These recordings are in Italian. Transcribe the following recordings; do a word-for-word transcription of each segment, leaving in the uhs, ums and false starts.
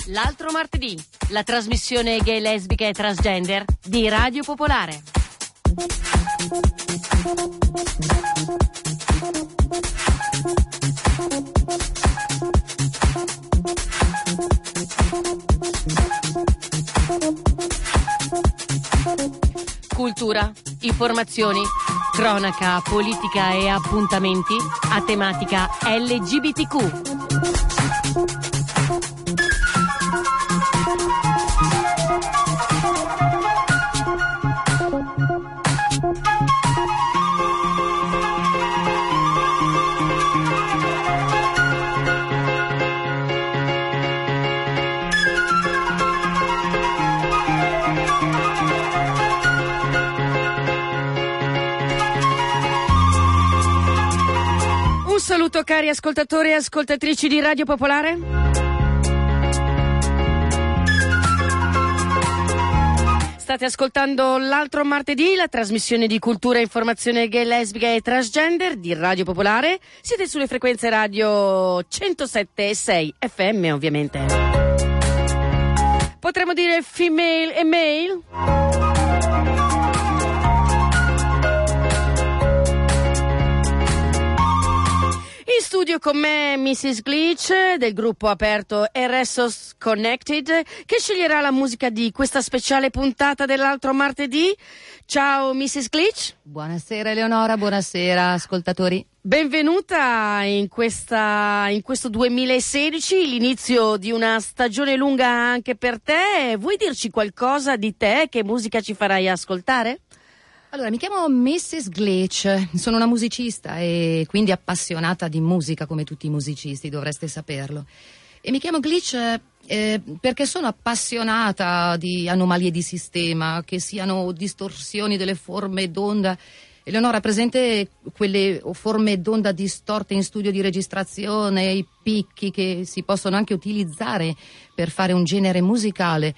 L'altro martedì, la trasmissione gay, lesbica e transgender di Radio Popolare. Cultura, informazioni, cronaca, politica e appuntamenti a tematica L G B T Q. Un saluto cari ascoltatori e ascoltatrici di Radio Popolare. State ascoltando l'altro martedì, la trasmissione di cultura e informazione gay, lesbica e transgender di Radio Popolare. Siete sulle frequenze radio centosette e sei F M, ovviamente. Potremmo dire female e male? In studio con me missus Glitch del gruppo aperto Eressos Connected, che sceglierà la musica di questa speciale puntata dell'altro martedì. Ciao missus Glitch. Buonasera Eleonora, buonasera ascoltatori. Benvenuta in questa in questo duemilasedici, l'inizio di una stagione lunga anche per te. Vuoi dirci qualcosa di te? Che musica ci farai ascoltare? Allora, mi chiamo missus Glitch, sono una musicista e quindi appassionata di musica come tutti i musicisti, dovreste saperlo. E mi chiamo Glitch eh, perché sono appassionata di anomalie di sistema, che siano distorsioni delle forme d'onda. Eleonora, presente quelle forme d'onda distorte in studio di registrazione, i picchi che si possono anche utilizzare per fare un genere musicale?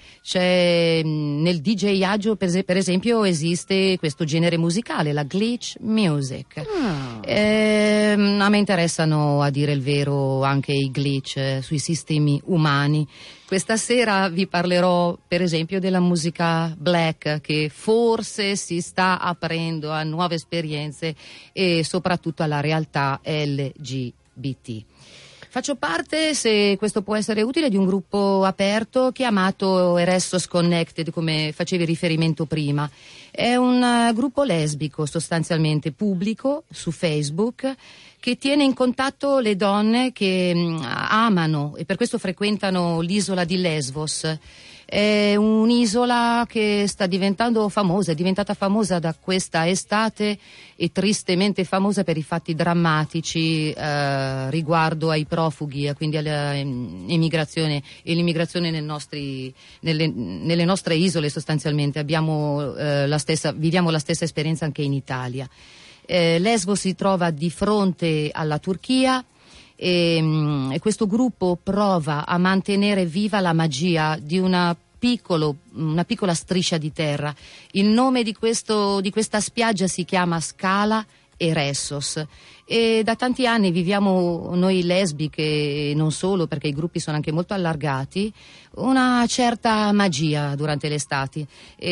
C'è nel DJaggio, per, per esempio, esiste questo genere musicale, la glitch music. Oh. Eh, a me interessano, a dire il vero, anche i glitch eh, sui sistemi umani. Questa sera vi parlerò, per esempio, della musica black, che forse si sta aprendo a nuove esperienze e soprattutto alla realtà L G B T. Faccio parte, se questo può essere utile, di un gruppo aperto chiamato Eressos Connected, come facevi riferimento prima. È un uh, gruppo lesbico, sostanzialmente pubblico, su Facebook, che tiene in contatto le donne che mh, amano e per questo frequentano l'isola di Lesvos. È un'isola che sta diventando famosa, è diventata famosa da questa estate e tristemente famosa per i fatti drammatici eh, riguardo ai profughi, quindi all'immigrazione e l'immigrazione nei nostri, nelle, nelle nostre isole sostanzialmente. Abbiamo, eh, la stessa, viviamo la stessa esperienza anche in Italia. Eh, Lesvos si trova di fronte alla Turchia. E, e questo gruppo prova a mantenere viva la magia di una, piccolo, una piccola striscia di terra. Il nome di, questo, di questa spiaggia si chiama Scala Eressos e da tanti anni viviamo noi lesbiche e non solo, perché i gruppi sono anche molto allargati, una certa magia durante l'estate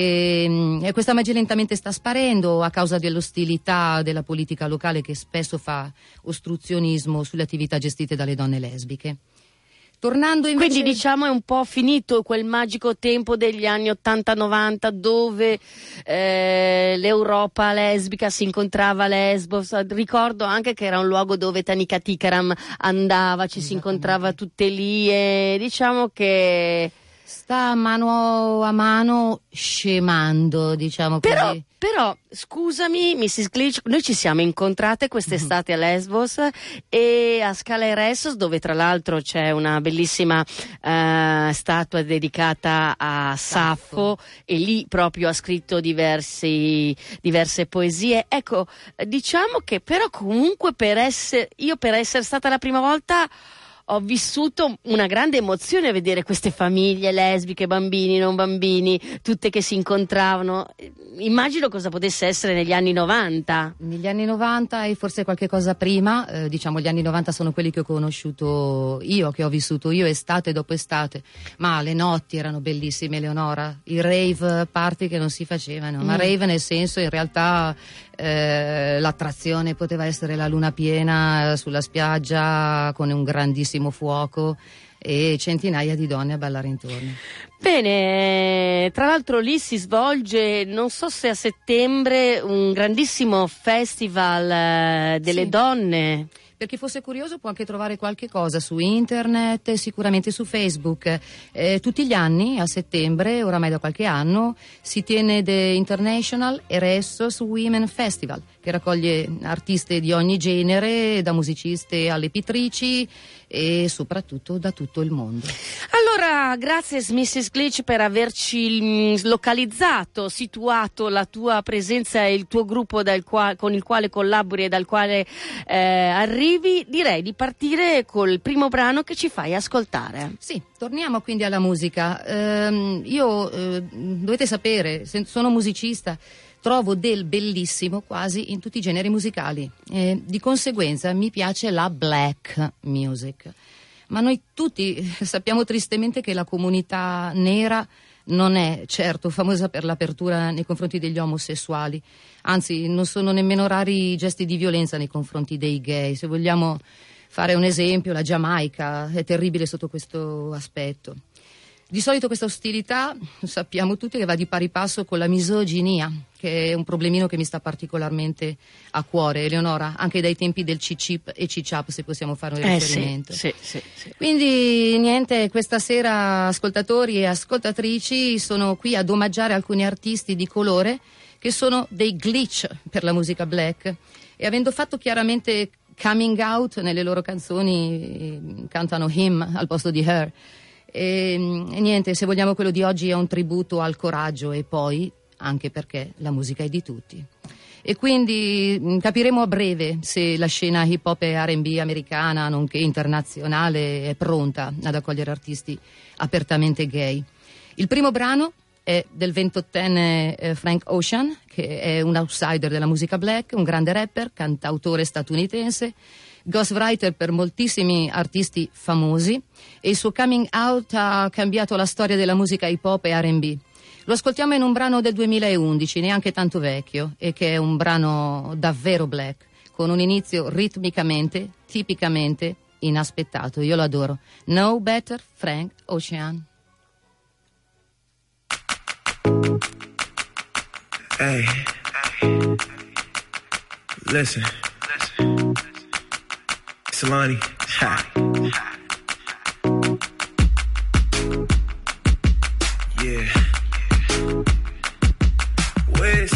e, e questa magia lentamente sta sparendo a causa dell'ostilità della politica locale, che spesso fa ostruzionismo sulle attività gestite dalle donne lesbiche. Tornando invece... Quindi diciamo è un po' finito quel magico tempo degli anni ottanta novanta dove eh, l'Europa lesbica si incontrava a Lesbos. Ricordo anche che era un luogo dove Tanika Tikaram andava, ci si incontrava tutte lì e diciamo che... sta mano a mano scemando, diciamo così. Però, però scusami missus Glitch, noi ci siamo incontrate quest'estate mm-hmm. a Lesbos e a Scala Eressos, dove tra l'altro c'è una bellissima uh, statua dedicata a Saffo, Saffo e lì proprio ha scritto diversi, diverse poesie. Ecco, diciamo che però comunque per essere, io per essere stata la prima volta ho vissuto una grande emozione a vedere queste famiglie lesbiche, bambini, non bambini, tutte che si incontravano. Immagino cosa potesse essere negli anni novanta. Negli anni novanta e forse qualche cosa prima, eh, diciamo gli anni novanta sono quelli che ho conosciuto io, che ho vissuto io estate dopo estate, ma le notti erano bellissime, Eleonora, i rave party che non si facevano, mm. ma rave nel senso in realtà eh, l'attrazione poteva essere la luna piena sulla spiaggia con un grandissimo fuoco e centinaia di donne a ballare intorno. Bene, tra l'altro lì si svolge, non so se a settembre, un grandissimo festival eh, delle sì. donne. Per chi fosse curioso può anche trovare qualche cosa su internet, sicuramente su Facebook. Eh, tutti gli anni, a settembre, oramai da qualche anno, si tiene The International Eressos Women Festival, che raccoglie artiste di ogni genere, da musiciste alle pittrici e soprattutto da tutto il mondo. Allora, grazie missus Glitch per averci localizzato, situato la tua presenza e il tuo gruppo dal qua- con il quale collabori e dal quale eh, arrivi. Direi di partire col primo brano che ci fai ascoltare. Sì, torniamo quindi alla musica. Ehm, io, eh, dovete sapere, se sono musicista, trovo del bellissimo quasi in tutti i generi musicali. Eh, di conseguenza mi piace la black music. Ma noi tutti sappiamo tristemente che la comunità nera non è certo famosa per l'apertura nei confronti degli omosessuali, anzi non sono nemmeno rari gesti di violenza nei confronti dei gay. Se vogliamo fare un esempio, la Giamaica è terribile sotto questo aspetto. Di solito questa ostilità sappiamo tutti che va di pari passo con la misoginia, che è un problemino che mi sta particolarmente a cuore, Eleonora, anche dai tempi del C C I P e C C A P, se possiamo fare un eh riferimento. Sì, sì, sì. Quindi niente, questa sera ascoltatori e ascoltatrici sono qui ad omaggiare alcuni artisti di colore che sono dei glitch per la musica black e avendo fatto chiaramente coming out nelle loro canzoni cantano him al posto di her. E, e niente, se vogliamo quello di oggi è un tributo al coraggio e poi anche perché la musica è di tutti e quindi mh, capiremo a breve se la scena hip hop e R and B americana nonché internazionale è pronta ad accogliere artisti apertamente gay. Il primo brano è del ventottenne eh, Frank Ocean, che è un outsider della musica black, un grande rapper, cantautore statunitense, ghostwriter per moltissimi artisti famosi e il suo coming out ha cambiato la storia della musica hip hop e R and B. Lo ascoltiamo in un brano del duemilaundici, neanche tanto vecchio, e che è un brano davvero black, con un inizio ritmicamente, tipicamente inaspettato. Io lo adoro. No Better Frank Ocean. Hey, listen, Solani, ha. Yeah, Wiz,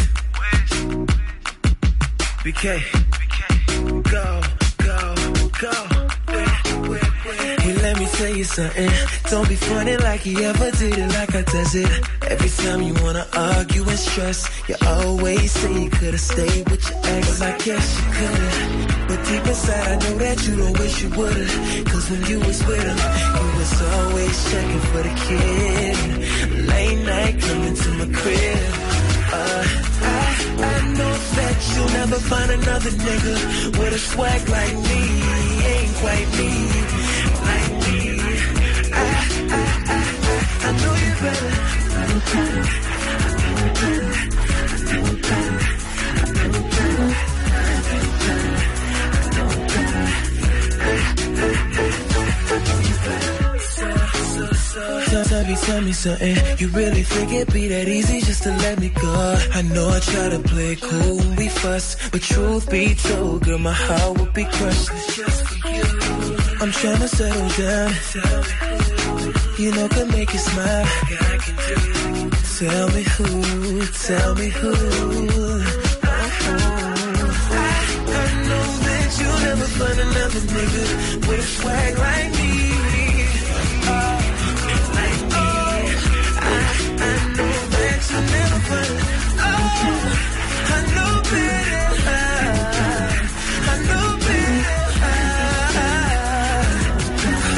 B K, go, go, go. Hey, let me tell you something. Don't be funny like you ever did it like I does it. Every time you wanna argue and stress, you always say you could've stayed with your ex. Well, I guess you could've, but deep inside I know that you don't wish you would've. Cause when you was with him, you was always checking for the kid. Late night coming to my crib. Uh, I, I know that you'll never find another nigga with a swag like me. Ain't quite me, like me. I, I, I, I, I know you better. Tell me, tell me something. You really think it'd be that easy just to let me go? I know I try to play it cool when we fuss, but truth be told, girl, my heart would be crushed. I'm trying to settle down. You know, can make you smile. Tell me who, tell me who. I, I know that you'll never find another nigga with a swag like me. Oh. I never find, oh, I know better, I know better.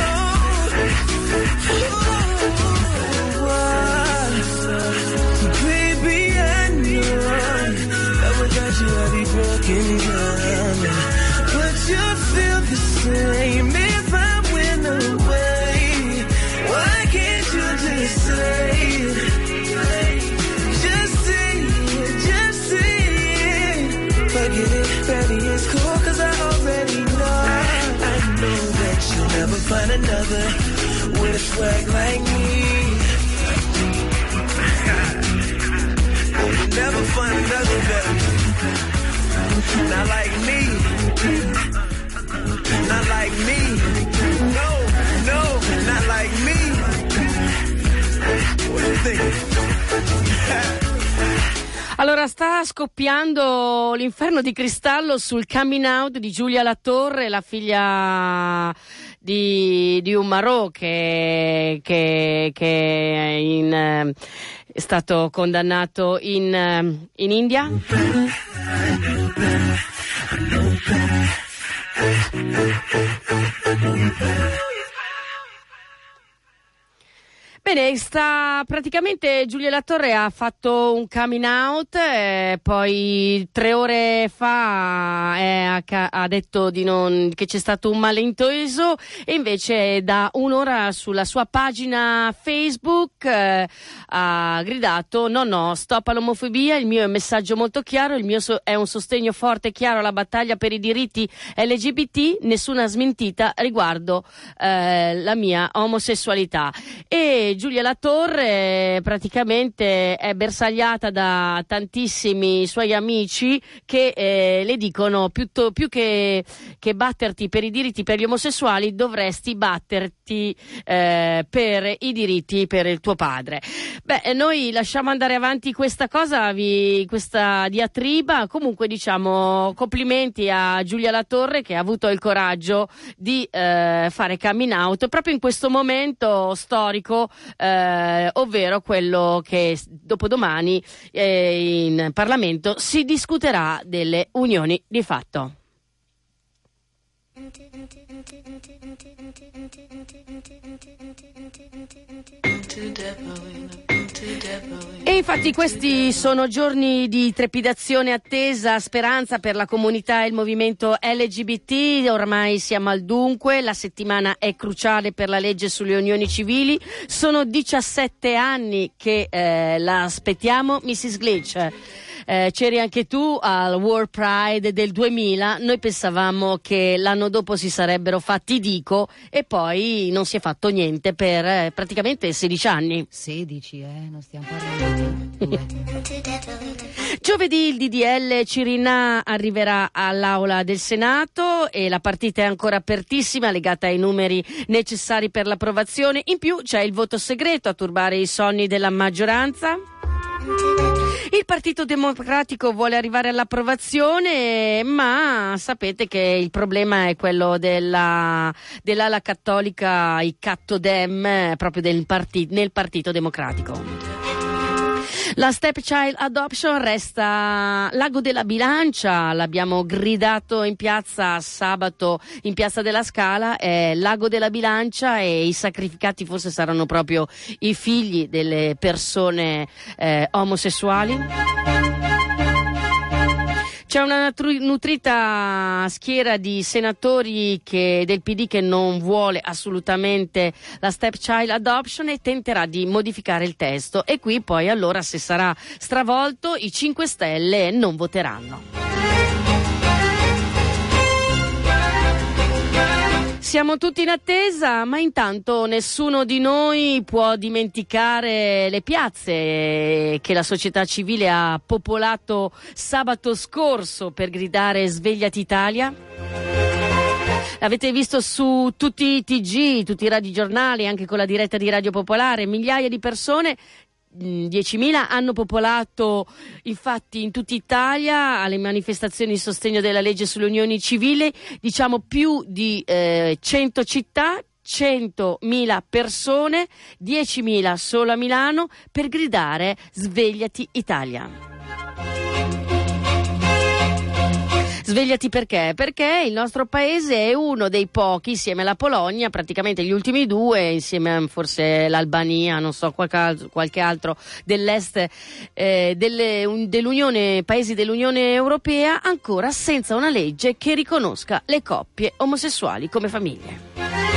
told you I'd be broken down, but you feel the same if I went away. Why can't you just say it? Just say it, just say it. Forget it, baby, it's cool, cause I already know. I, I know that you'll never find another with a swag like me. You'll never find another better. Not like me. Not like me. No, no, not like me. What do you think? Allora, sta scoppiando l'inferno di cristallo sul coming out di Giulia Latorre, la figlia di, di un marò che, che, che in, eh, è stato condannato in, eh, in India. Bene, sta praticamente Giulia Latorre ha fatto un coming out, eh, poi tre ore fa eh, ha, ha detto di non, che c'è stato un malinteso, e invece da un'ora sulla sua pagina Facebook eh, ha gridato: no no, stop all'omofobia, il mio è un messaggio molto chiaro, il mio so- è un sostegno forte e chiaro alla battaglia per i diritti L G B T, nessuna smentita riguardo eh, la mia omosessualità. E Giulia Latorre praticamente è bersagliata da tantissimi suoi amici che eh, le dicono: più, to- più che, che batterti per i diritti per gli omosessuali, dovresti batterti eh, per i diritti per il tuo padre. Beh, noi lasciamo andare avanti questa cosa, vi, questa diatriba. Comunque, diciamo, complimenti a Giulia Latorre, che ha avuto il coraggio di eh, fare coming out proprio in questo momento storico, Eh, ovvero quello che dopodomani eh, in Parlamento si discuterà delle unioni di fatto. E infatti questi sono giorni di trepidazione, attesa, speranza per la comunità e il movimento L G B T. Ormai siamo al dunque, la settimana è cruciale per la legge sulle unioni civili. Sono diciassette anni che eh, la aspettiamo. missus Glitch, Eh, c'eri anche tu al World Pride del duemila, noi pensavamo che l'anno dopo si sarebbero fatti dico, e poi non si è fatto niente per eh, praticamente sedici anni. sedici, eh, non stiamo parlando di due. Giovedì il D D L Cirinnà arriverà all'Aula del Senato e la partita è ancora apertissima, legata ai numeri necessari per l'approvazione. In più c'è il voto segreto a turbare i sonni della maggioranza. Il Partito Democratico vuole arrivare all'approvazione, ma sapete che il problema è quello della, dell'ala cattolica, i Cattodem, proprio del parti, nel Partito Democratico. La stepchild adoption resta l'ago della bilancia, l'abbiamo gridato in piazza sabato in Piazza della Scala, è l'ago della bilancia, e i sacrificati forse saranno proprio i figli delle persone eh, omosessuali. C'è una nutrita schiera di senatori che, del P D che non vuole assolutamente la stepchild adoption e tenterà di modificare il testo, e qui poi allora, se sarà stravolto, i cinque Stelle non voteranno. Siamo tutti in attesa, ma intanto nessuno di noi può dimenticare le piazze che la società civile ha popolato sabato scorso per gridare "Svegliati Italia". L'avete visto su tutti i T G, tutti i radiogiornali, anche con la diretta di Radio Popolare. Migliaia di persone, diecimila, hanno popolato infatti in tutta Italia alle manifestazioni di sostegno della legge sulle unioni civili, diciamo più di eh, cento città, centomila persone, diecimila solo a Milano, per gridare "Svegliati Italia". Svegliati perché? Perché il nostro paese è uno dei pochi, insieme alla Polonia, praticamente gli ultimi due, insieme a forse l'Albania, non so, qualche, qualche altro dell'est eh, delle, un, dell'Unione, paesi dell'Unione Europea, ancora senza una legge che riconosca le coppie omosessuali come famiglie.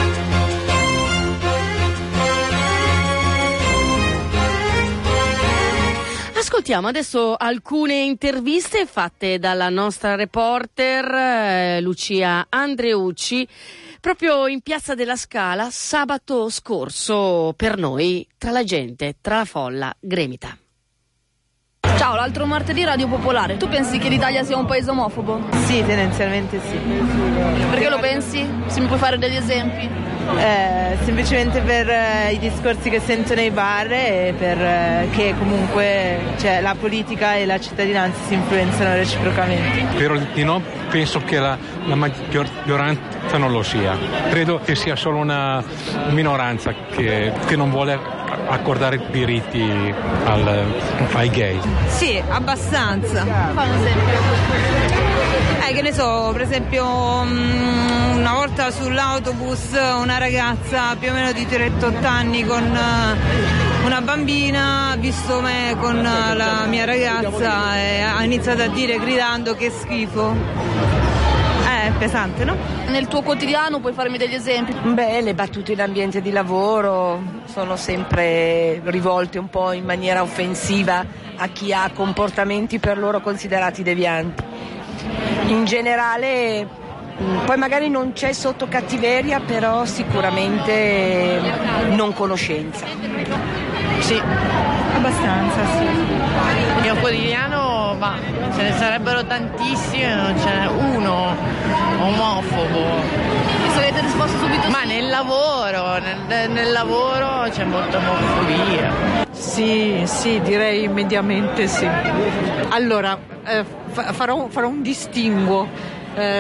Ascoltiamo adesso alcune interviste fatte dalla nostra reporter eh, Lucia Andreucci proprio in Piazza della Scala sabato scorso per noi, tra la gente, tra la folla gremita. Ciao, l'altro martedì Radio Popolare. Tu pensi che l'Italia sia un paese omofobo? Sì, tendenzialmente sì. Perché lo pensi? Se mi puoi fare degli esempi? Eh, semplicemente per eh, i discorsi che sento nei bar e per eh, che comunque cioè, la politica e la cittadinanza si influenzano reciprocamente. Spero di no, penso che la, la maggioranza non lo sia. Credo che sia solo una minoranza che, che non vuole accordare diritti al, ai gay. Sì, abbastanza. Fai un esempio. Eh, che ne so, per esempio una volta sull'autobus una ragazza più o meno di trentotto anni con una bambina ha visto me con la mia ragazza e ha iniziato a dire gridando che schifo. È pesante, no? Nel tuo quotidiano puoi farmi degli esempi? Beh, le battute in ambiente di lavoro sono sempre rivolte un po' in maniera offensiva a chi ha comportamenti per loro considerati devianti. In generale, poi magari non c'è sotto cattiveria, però sicuramente non conoscenza. Sì, abbastanza, sì. Il mio quotidiano, ma ce ne sarebbero tantissimi, non ce n'è uno omofobo. E se avete risposto subito Ma sì? nel lavoro, nel, nel lavoro c'è molta omofobia. Sì, sì, direi mediamente sì. Allora, eh, farò, farò un distinguo.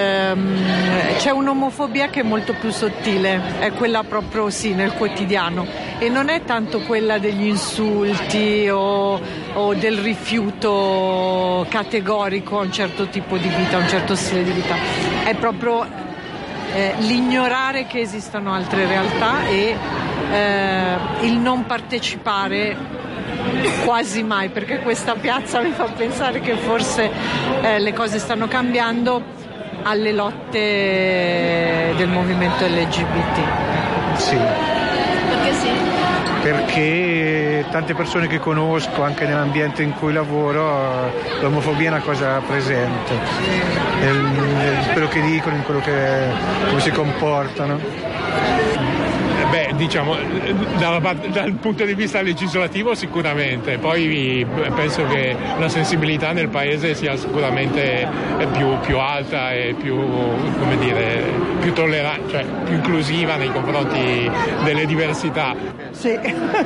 C'è un'omofobia che è molto più sottile, è quella proprio sì nel quotidiano e non è tanto quella degli insulti o, o del rifiuto categorico a un certo tipo di vita, a un certo stile di vita, è proprio eh, l'ignorare che esistano altre realtà e eh, il non partecipare quasi mai, perché questa piazza mi fa pensare che forse eh, le cose stanno cambiando alle lotte del movimento L G B T. Sì. Perché sì? Perché tante persone che conosco, anche nell'ambiente in cui lavoro, l'omofobia è una cosa presente. Nel, nel quello che dicono, in quello che come si comportano. Beh, diciamo, dal, dal punto di vista legislativo sicuramente, poi penso che la sensibilità nel paese sia sicuramente più, più alta e più, come dire, più tollerante, cioè più inclusiva nei confronti delle diversità. Sì,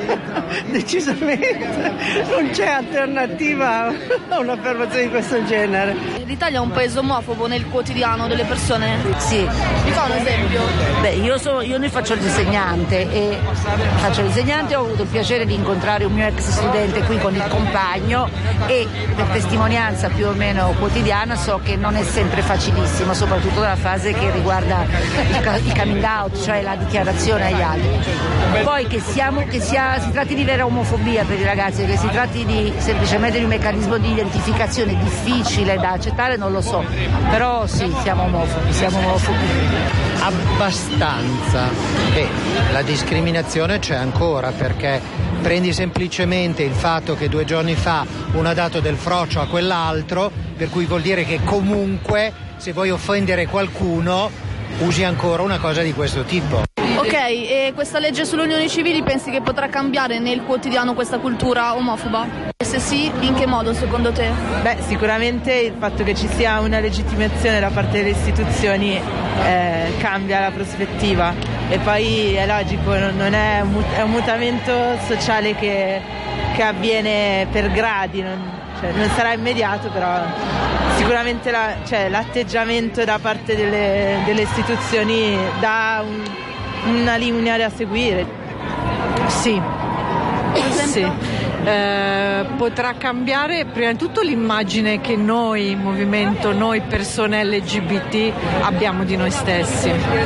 decisamente, non c'è alternativa a un'affermazione di questo genere. L'Italia è un paese omofobo nel quotidiano delle persone? Sì. Mi fa un esempio? Beh, io, so, io ne faccio l'insegnante e faccio l'insegnante, ho avuto il piacere di incontrare un mio ex studente qui con il compagno e per testimonianza più o meno quotidiana so che non è sempre facilissimo, soprattutto nella fase che riguarda il, il coming out, cioè la dichiarazione agli altri. Poi che, siamo, che sia, si tratti di vera omofobia per i ragazzi, che si tratti di, semplicemente di un meccanismo di identificazione difficile da accettare, non lo so, però sì, siamo omofobi, siamo omofobi. Abbastanza. Beh, la discriminazione c'è ancora, perché prendi semplicemente il fatto che due giorni fa uno ha dato del frocio a quell'altro, per cui vuol dire che comunque se vuoi offendere qualcuno usi ancora una cosa di questo tipo. Ok, e questa legge sulle unioni civili pensi che potrà cambiare nel quotidiano questa cultura omofoba? E se sì, in che modo secondo te? Beh, sicuramente il fatto che ci sia una legittimazione da parte delle istituzioni eh, cambia la prospettiva e poi è logico, non è un, è un mutamento sociale che, che avviene per gradi, non, cioè, non sarà immediato, però sicuramente la, cioè, l'atteggiamento da parte delle, delle istituzioni dà un, una linea da seguire. Sì. Per esempio? Sì. eh, potrà cambiare prima di tutto l'immagine che noi, movimento, noi persone L G B T abbiamo di noi stessi,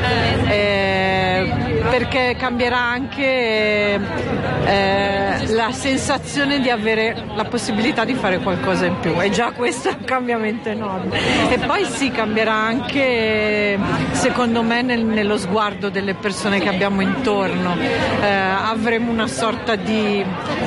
eh, perché cambierà anche eh, la sensazione di avere la possibilità di fare qualcosa in più, e già questo è un cambiamento enorme. E poi si cambierà anche, secondo me, nel, nello sguardo delle persone che abbiamo intorno, eh, avremo una sorta di,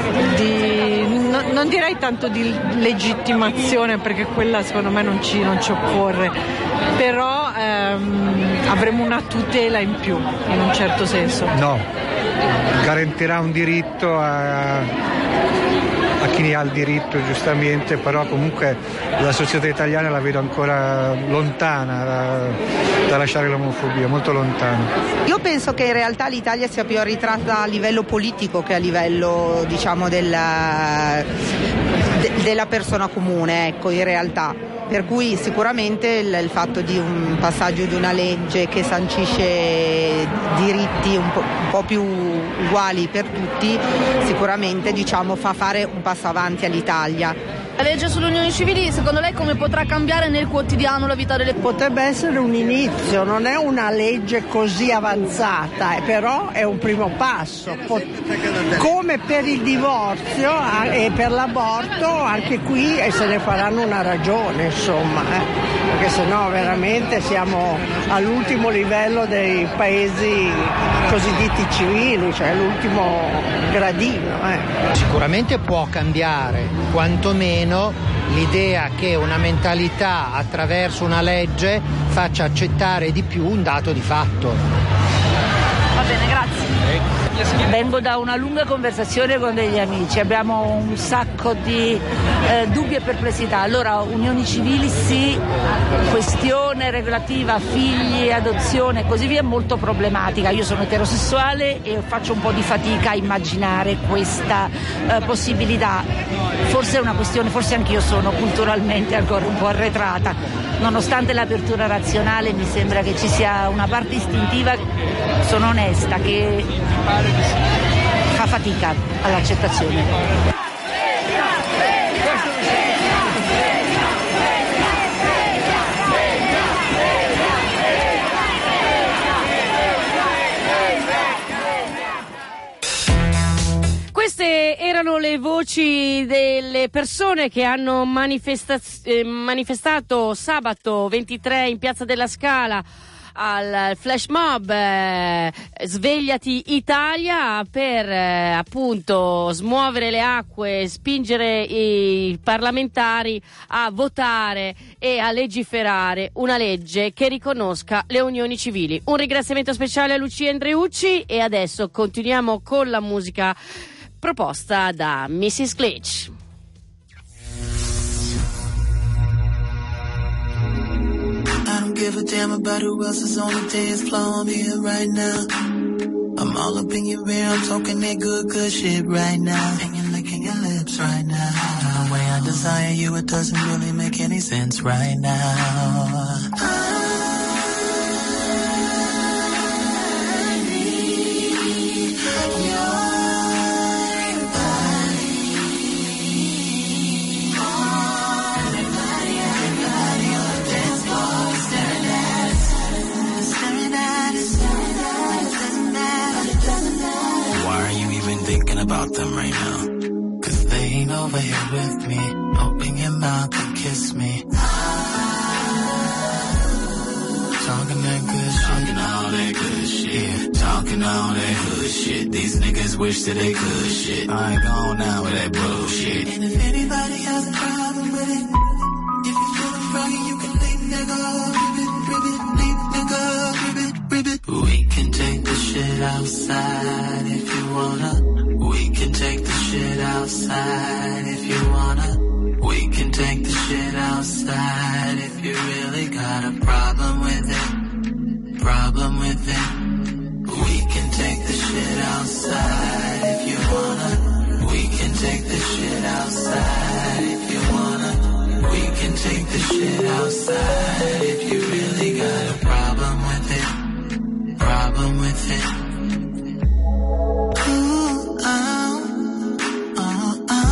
di no, non direi tanto di legittimazione, perché quella secondo me non ci, non ci occorre, però ehm, avremo una tutela in più, in un certo senso. No, garantirà un diritto a, a chi ne ha il diritto, giustamente, però comunque la società italiana la vedo ancora lontana da, da lasciare l'omofobia, molto lontana. Io penso che in realtà l'Italia sia più arretrata a livello politico che a livello, diciamo, della, de, della persona comune, ecco, in realtà. Per cui sicuramente il, il fatto di un passaggio di una legge che sancisce diritti un po', un po' più uguali per tutti, sicuramente, diciamo, fa fare un passo avanti all'Italia. La legge sulle unioni civili, secondo lei, come potrà cambiare nel quotidiano la vita delle persone? Potrebbe essere un inizio, non è una legge così avanzata, eh, però è un primo passo. Pot- come per il divorzio e per l'aborto, anche qui eh, se ne faranno una ragione, insomma, eh, perché sennò veramente siamo all'ultimo livello dei paesi cosiddetti civili, cioè l'ultimo gradino. Eh. Sicuramente può cambiare, quantomeno l'idea che una mentalità attraverso una legge faccia accettare di più un dato di fatto. Va bene, grazie. Vengo da una lunga conversazione con degli amici, abbiamo un sacco di eh, dubbi e perplessità. Allora, unioni civili sì, questione relativa a figli, adozione e così via è molto problematica. Io sono eterosessuale e faccio un po' di fatica a immaginare questa eh, possibilità. Forse è una questione, forse anch'io sono culturalmente ancora un po' arretrata. Nonostante l'apertura razionale, mi sembra che ci sia una parte istintiva, sono onesta, che fa fatica all'accettazione. Queste erano le voci delle persone che hanno manifesta- eh, manifestato sabato ventitré in Piazza della Scala al flash mob eh, Svegliati Italia per eh, appunto smuovere le acque, spingere i parlamentari a votare e a legiferare una legge che riconosca le unioni civili. Un ringraziamento speciale a Lucia Andreucci e adesso continuiamo con la musica proposta da missus Glitch. I don't give a damn about who else is on the dance floor. I'm here right now. I'm all up in your ear. I'm talking that good, good shit right now. And you're licking your lips right now. The way I desire you, it doesn't really make any sense right now. I need your about them right now, cause they ain't over here with me. Open your mouth and kiss me. Talking that good shit, talking all that good shit, talking all that hood shit. These niggas wish that they could shit. I ain't gone now with that bullshit. And if anybody has a problem with it, if you feel the froggy, you can leave, nigga. Ribbit, ribbit, leave, nigga. Ribbit, ribbit. We can take the shit outside if you wanna. We can take the shit outside if you wanna. We can take the shit outside if you really got a problem with it. Problem with it. We can take the shit outside if you wanna. We can take the shit outside if you wanna. We can take the shit outside if you really got a problem with it. Problem with it. Ooh, oh, oh, oh.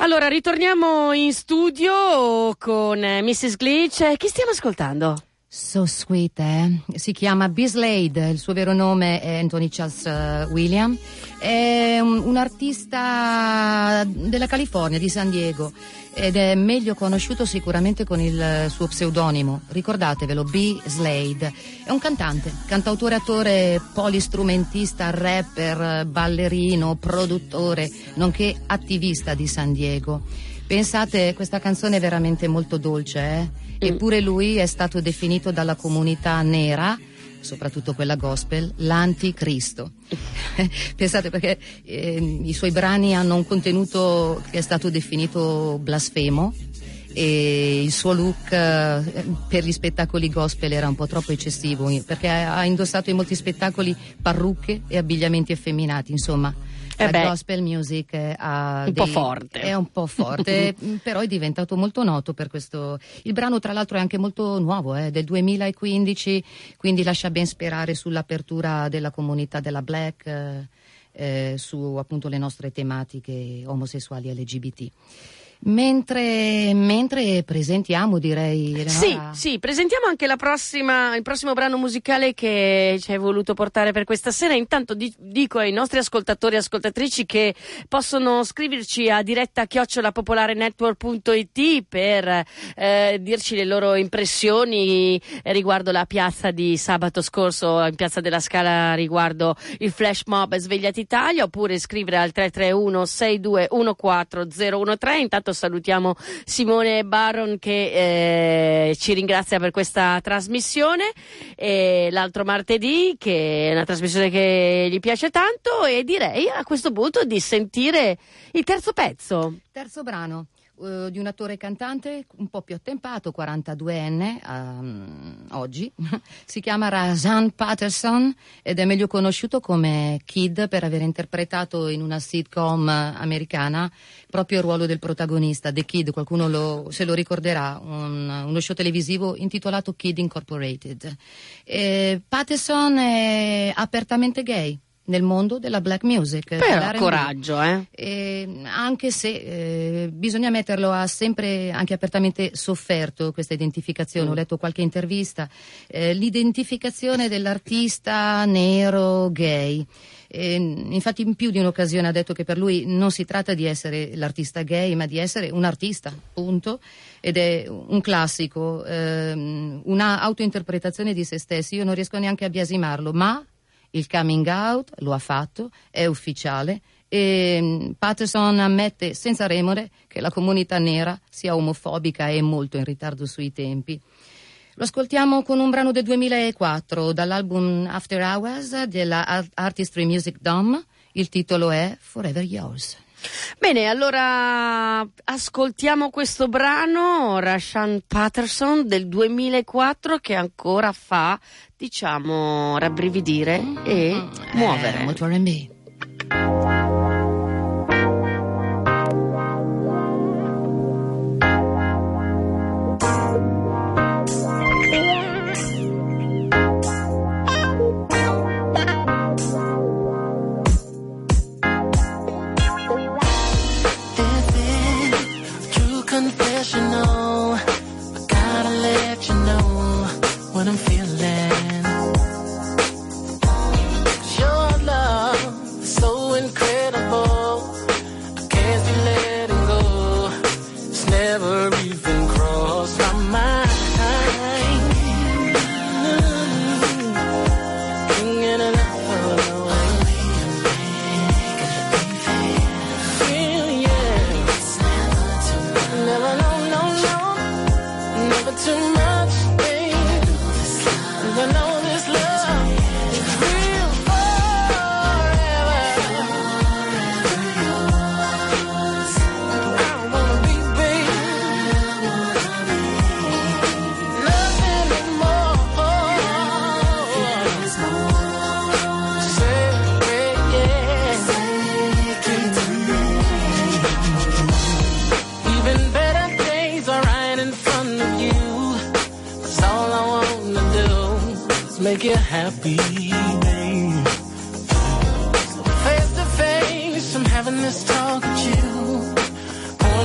Allora, ritorniamo in studio con missus Glitch. Chi stiamo ascoltando? So sweet, eh? Si chiama B. Slade, il suo vero nome è Anthony Charles William. È un, un artista della California, di San Diego, ed è meglio conosciuto sicuramente con il suo pseudonimo. Ricordatevelo, B. Slade. È un cantante, cantautore, attore, polistrumentista, rapper, ballerino, produttore, nonché attivista di San Diego. Pensate, questa canzone è veramente molto dolce, eh? Eppure lui è stato definito dalla comunità nera, soprattutto quella gospel, l'anticristo. Pensate, perché eh, i suoi brani hanno un contenuto che è stato definito blasfemo, e il suo look eh, per gli spettacoli gospel era un po' troppo eccessivo, perché ha indossato in molti spettacoli parrucche e abbigliamenti effeminati, insomma. Eh La beh, gospel music ha un dei, po' forte. È un po' forte, però è diventato molto noto per questo. Il brano, tra l'altro, è anche molto nuovo, eh, del duemilaquindici, quindi lascia ben sperare sull'apertura della comunità della black, eh, eh, su appunto le nostre tematiche omosessuali e L G B T. Mentre, mentre presentiamo, direi, Eleonora. Sì, sì, presentiamo anche la prossima, il prossimo brano musicale che ci hai voluto portare per questa sera. Intanto di, dico ai nostri ascoltatori e ascoltatrici che possono scriverci a diretta chiocciola popolarenetwork punto it per eh, dirci le loro impressioni riguardo la piazza di sabato scorso in Piazza della Scala, riguardo il flash mob Svegliati Italia, oppure scrivere al tre tre uno sei due uno quattro zero uno tre. Intanto salutiamo Simone Baron che eh, ci ringrazia per questa trasmissione, e l'altro martedì, che è una trasmissione che gli piace tanto, e direi a questo punto di sentire il terzo pezzo. Terzo brano uh, di un attore e cantante un po' più attempato, quarantaduenne um, oggi. Si chiama Rahsaan Patterson ed è meglio conosciuto come Kid per aver interpretato in una sitcom americana proprio il ruolo del protagonista, The Kid. Qualcuno lo, se lo ricorderà, un, uno show televisivo intitolato Kid Incorporated. E Patterson è apertamente gay nel mondo della black music. Però coraggio, eh? E anche se eh, bisogna metterlo, ha sempre anche apertamente sofferto questa identificazione. Mm. Ho letto qualche intervista, eh, l'identificazione dell'artista nero gay. E, infatti in più di un'occasione ha detto che per lui non si tratta di essere l'artista gay, ma di essere un artista, punto. Ed è un classico, ehm, una autointerpretazione di se stessi. Io non riesco neanche a biasimarlo, ma il coming out lo ha fatto, è ufficiale, e Patterson ammette senza remore che la comunità nera sia omofobica e molto in ritardo sui tempi. Lo ascoltiamo con un brano del duemilaquattro dall'album After Hours della Artistry Music Dome. Il titolo è Forever Yours. Bene, allora ascoltiamo questo brano, Rahsaan Patterson del duemilaquattro, che ancora fa, diciamo, rabbrividire e muovere. Eh, molto R and B. Confessional, I gotta let you know what I'm feeling. 'Cause your love is so incredible, I can't be letting go. It's never even crossed my mind. Thinking of love, feel, yeah. Never know. Too much, babe. And I know this love is real forever. I wanna be, babe, nothing more. Say it, yeah. Even better days are right in front of you. All I wanna do is make you happy, babe. Face to face, I'm having this talk with you.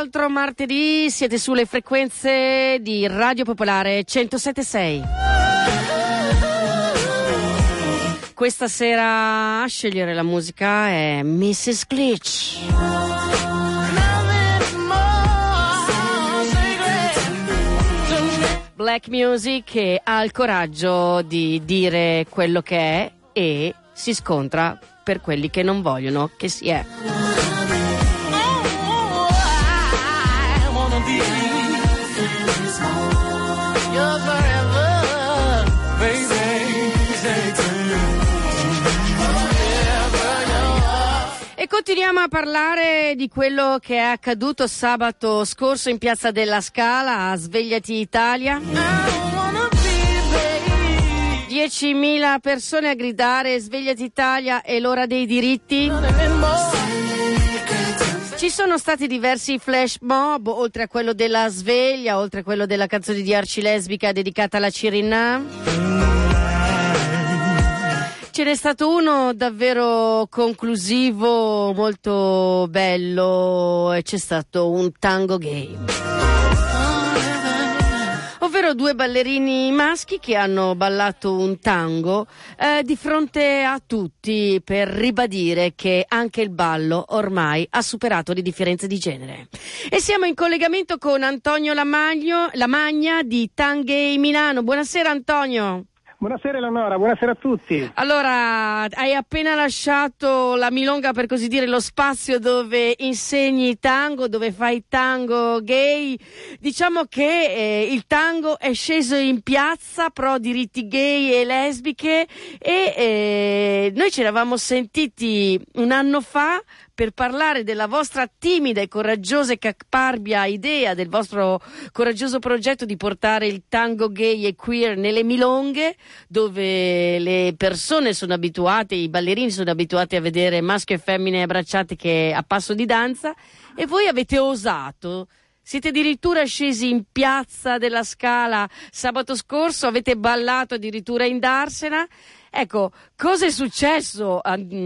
altro martedì, siete sulle frequenze di Radio Popolare centosette e sei. Questa sera a scegliere la musica è missus Glitch. Black music che ha il coraggio di dire quello che è e si scontra per quelli che non vogliono che si è. E continuiamo a parlare di quello che è accaduto sabato scorso in Piazza della Scala a Svegliati Italia. diecimila persone a gridare Svegliati Italia, è l'ora dei diritti. Ci sono stati diversi flash mob, oltre a quello della sveglia, oltre a quello della canzone di Arci Lesbica dedicata alla Cirinà. Ce n'è stato uno davvero conclusivo, molto bello, e c'è stato un tango gay. Ovvero due ballerini maschi che hanno ballato un tango eh, di fronte a tutti per ribadire che anche il ballo ormai ha superato le differenze di genere. E siamo in collegamento con Antonio Lamagno, Lamagna di Tangay Milano. Buonasera Antonio. Buonasera Eleonora, buonasera a tutti. Allora, hai appena lasciato la milonga, per così dire, lo spazio dove insegni tango, dove fai tango gay. Diciamo che eh, il tango è sceso in piazza pro diritti gay e lesbiche e eh, noi ci eravamo sentiti un anno fa per parlare della vostra timida e coraggiosa e caparbia idea, del vostro coraggioso progetto di portare il tango gay e queer nelle milonghe, dove le persone sono abituate, i ballerini sono abituati a vedere maschio e femmine abbracciate che a passo di danza, e voi avete osato. Siete addirittura scesi in Piazza della Scala sabato scorso, avete ballato addirittura in Darsena. Ecco, cosa è successo,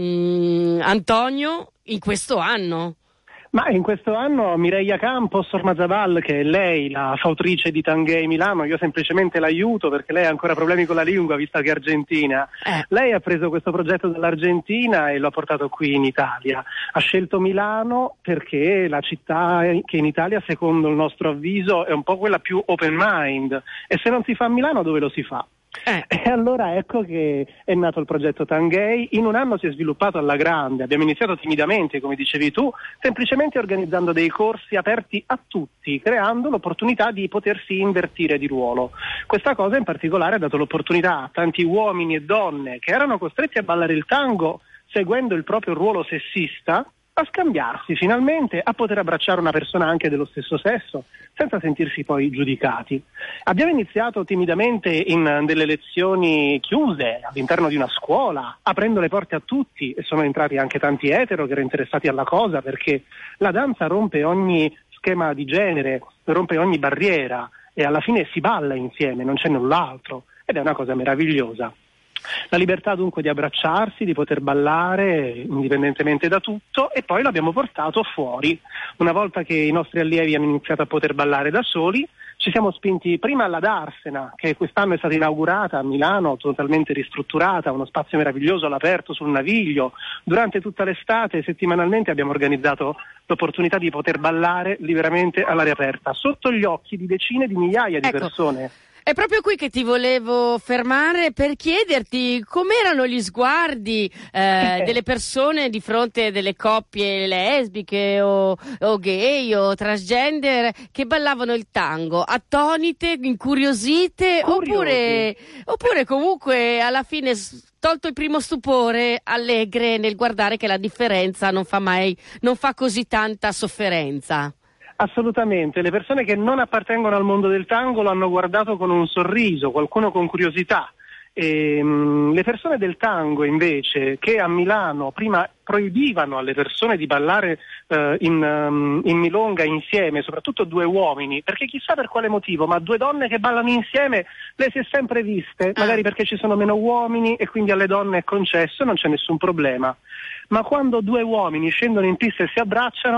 Antonio, in questo anno? Ma in questo anno Mireia Campos Ormazabal, che è lei la fautrice di Tangay Milano, io semplicemente l'aiuto perché lei ha ancora problemi con la lingua vista che è argentina. Eh. Lei ha preso questo progetto dall'Argentina e lo ha portato qui in Italia. Ha scelto Milano perché la città che in Italia, secondo il nostro avviso, è un po' quella più open mind, e se non si fa a Milano dove lo si fa? Eh. E allora ecco che è nato il progetto Tangay. In un anno si è sviluppato alla grande. Abbiamo iniziato timidamente, come dicevi tu, semplicemente organizzando dei corsi aperti a tutti, creando l'opportunità di potersi invertire di ruolo. Questa cosa in particolare ha dato l'opportunità a tanti uomini e donne che erano costretti a ballare il tango seguendo il proprio ruolo sessista a scambiarsi finalmente, a poter abbracciare una persona anche dello stesso sesso senza sentirsi poi giudicati. Abbiamo iniziato timidamente in delle lezioni chiuse all'interno di una scuola, aprendo le porte a tutti, e sono entrati anche tanti etero che erano interessati alla cosa, perché la danza rompe ogni schema di genere, rompe ogni barriera e alla fine si balla insieme, non c'è null'altro, ed è una cosa meravigliosa. La libertà dunque di abbracciarsi, di poter ballare indipendentemente da tutto, e poi l'abbiamo portato fuori. Una volta che i nostri allievi hanno iniziato a poter ballare da soli, ci siamo spinti prima alla Darsena, che quest'anno è stata inaugurata a Milano, totalmente ristrutturata, uno spazio meraviglioso all'aperto sul Naviglio. Durante tutta l'estate, settimanalmente, abbiamo organizzato l'opportunità di poter ballare liberamente all'aria aperta, sotto gli occhi di decine di migliaia di ecco. persone. È proprio qui che ti volevo fermare per chiederti com'erano gli sguardi eh, delle persone di fronte delle coppie lesbiche o, o gay o transgender che ballavano il tango, attonite, incuriosite, oppure, oppure comunque alla fine, tolto il primo stupore, allegre nel guardare che la differenza non fa mai, non fa così tanta sofferenza. Assolutamente, le persone che non appartengono al mondo del tango lo hanno guardato con un sorriso, qualcuno con curiosità. E, mh, le persone del tango invece, che a Milano prima proibivano alle persone di ballare uh, in, um, in milonga insieme, soprattutto due uomini, perché chissà per quale motivo, ma due donne che ballano insieme le si è sempre viste, magari perché ci sono meno uomini e quindi alle donne è concesso, non c'è nessun problema. Ma quando due uomini scendono in pista e si abbracciano,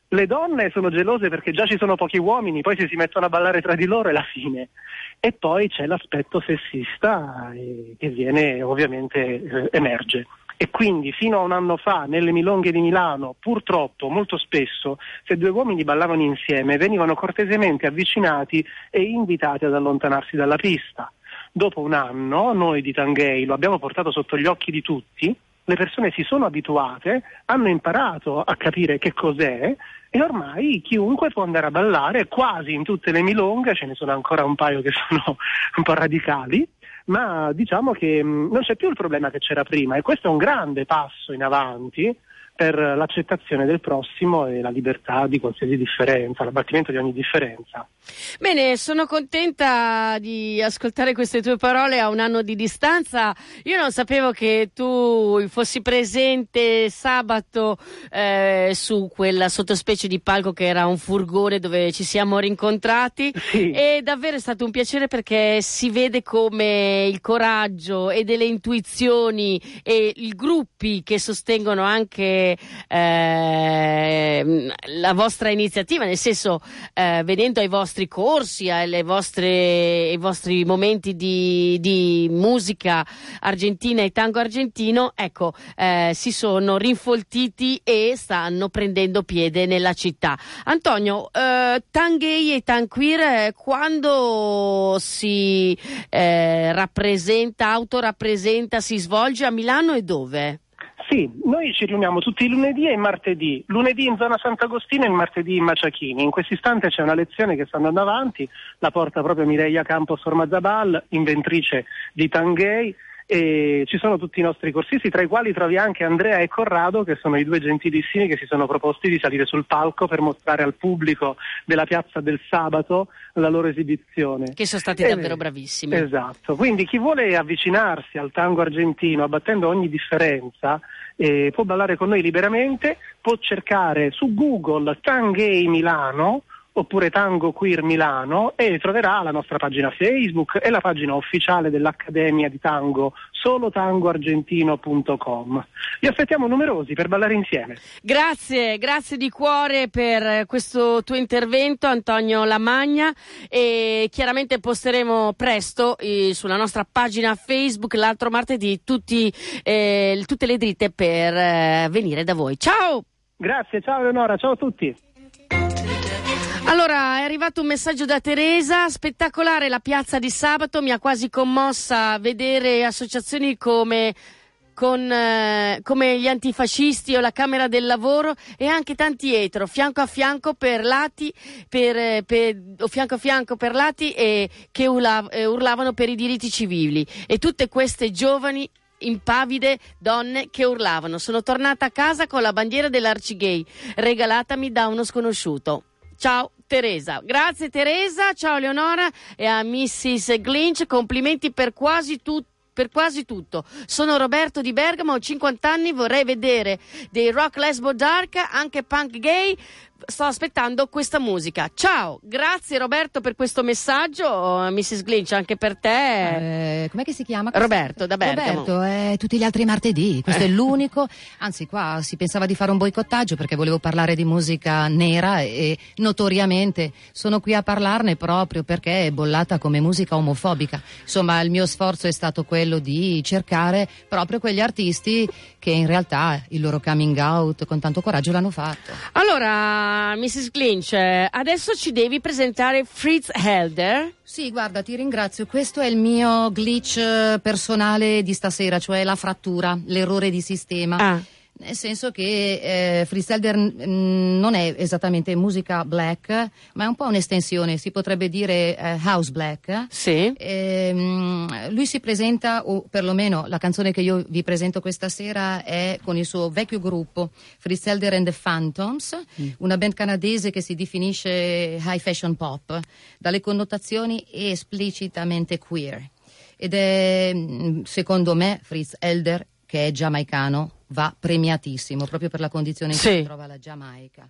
Le donne sono gelose perché già ci sono pochi uomini, poi se si mettono a ballare tra di loro è la fine. E poi c'è l'aspetto sessista eh, che viene ovviamente eh, emerge. E quindi fino a un anno fa nelle milonghe di Milano, purtroppo molto spesso, se due uomini ballavano insieme venivano cortesemente avvicinati e invitati ad allontanarsi dalla pista. Dopo un anno noi di Tanguay lo abbiamo portato sotto gli occhi di tutti, le persone si sono abituate, hanno imparato a capire che cos'è e ormai chiunque può andare a ballare quasi in tutte le milonghe, ce ne sono ancora un paio che sono un po' radicali, ma diciamo che mh, non c'è più il problema che c'era prima e questo è un grande passo in avanti per l'accettazione del prossimo e la libertà di qualsiasi differenza, l'abbattimento di ogni differenza. Bene, sono contenta di ascoltare queste tue parole a un anno di distanza. Io non sapevo che tu fossi presente sabato eh, su quella sottospecie di palco che era un furgone dove ci siamo rincontrati. Sì. E davvero è stato un piacere perché si vede come il coraggio e delle intuizioni e i gruppi che sostengono anche eh, la vostra iniziativa, nel senso eh, venendo ai vostri corsi, alle vostre, ai vostri momenti di, di musica argentina e tango argentino, ecco, eh, si sono rinfoltiti e stanno prendendo piede nella città. Antonio, eh, Tanguay e Tanqueer eh, quando si eh, rappresenta, autorappresenta, si svolge a Milano e dove? Sì, noi ci riuniamo tutti i lunedì e i martedì, lunedì in zona Sant'Agostino e il martedì in Maciachini. In questo istante c'è una lezione che sta andando avanti, la porta proprio Mireia Campos Ormazabal, inventrice di Tanguay, e ci sono tutti i nostri corsisti, tra i quali trovi anche Andrea e Corrado, che sono i due gentilissimi che si sono proposti di salire sul palco per mostrare al pubblico della piazza del sabato la loro esibizione. Che sono stati eh, davvero bravissimi. Esatto, quindi chi vuole avvicinarsi al tango argentino abbattendo ogni differenza eh, può ballare con noi liberamente, può cercare su Google Tanguay Milano oppure Tango Queer Milano e troverà la nostra pagina Facebook e la pagina ufficiale dell'Accademia di Tango solo tango argentino punto com. Vi aspettiamo numerosi per ballare insieme. Grazie, grazie di cuore per questo tuo intervento, Antonio Lamagna, e chiaramente posteremo presto eh, sulla nostra pagina Facebook l'altro martedì tutti, eh, tutte le dritte per eh, venire da voi. Ciao! Grazie, ciao Eleonora, ciao a tutti! Allora, è arrivato un messaggio da Teresa, spettacolare la piazza di sabato, mi ha quasi commossa vedere associazioni come, con, eh, come gli antifascisti o la Camera del Lavoro e anche tanti etero, fianco a fianco per lati, per, per, o fianco a fianco per lati e che urlav, eh, urlavano per i diritti civili e tutte queste giovani impavide donne che urlavano. Sono tornata a casa con la bandiera dell'Arcigay regalatami da uno sconosciuto. Ciao Teresa, grazie Teresa, ciao Leonora e a missus Glinch, complimenti per quasi tutto. Per quasi tutto. Sono Roberto di Bergamo, ho cinquanta anni, vorrei vedere dei rock lesbo dark, anche punk gay. Sto aspettando questa musica. Ciao, grazie Roberto per questo messaggio, missus Glinch, anche per te. Eh, com'è che si chiama? Questo? Roberto da Bergamo. Roberto, eh, tutti gli altri martedì, questo eh. è l'unico. Anzi, qua si pensava di fare un boicottaggio perché volevo parlare di musica nera e notoriamente sono qui a parlarne proprio perché è bollata come musica omofobica. Insomma, il mio sforzo è stato quello di cercare proprio quegli artisti che in realtà il loro coming out con tanto coraggio l'hanno fatto. Allora, missus Glinch, adesso ci devi presentare Fritz Helder. Sì, guarda, ti ringrazio. Questo è il mio glitch personale di stasera, cioè la frattura, l'errore di sistema. Ah. Nel senso che eh, Fritz Helder mh, non è esattamente musica black, ma è un po' un'estensione, si potrebbe dire eh, house black. Sì. E, mh, lui si presenta, o perlomeno la canzone che io vi presento questa sera è con il suo vecchio gruppo, Fritz Helder and the Phantoms, mm. una band canadese che si definisce high fashion pop, dalle connotazioni esplicitamente queer. Ed è, secondo me, Fritz Helder, che è giamaicano, va premiatissimo proprio per la condizione in cui sì. si trova la Giamaica.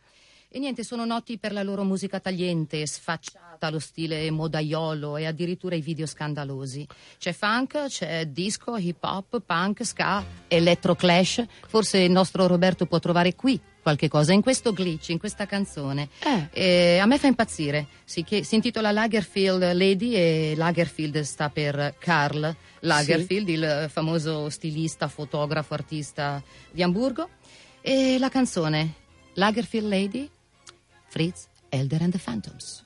E niente, sono noti per la loro musica tagliente, sfacciata, lo stile modaiolo e addirittura i video scandalosi. C'è funk, c'è disco, hip hop, punk, ska, electro clash. Forse il nostro Roberto può trovare qui qualche cosa in questo glitch, in questa canzone. Eh. E a me fa impazzire. Si, che, si intitola Lagerfield Lady e Lagerfield sta per Karl Lagerfield, sì, il famoso stilista, fotografo, artista di Amburgo. E la canzone Lagerfield Lady, Fritz, Elder and the Phantoms.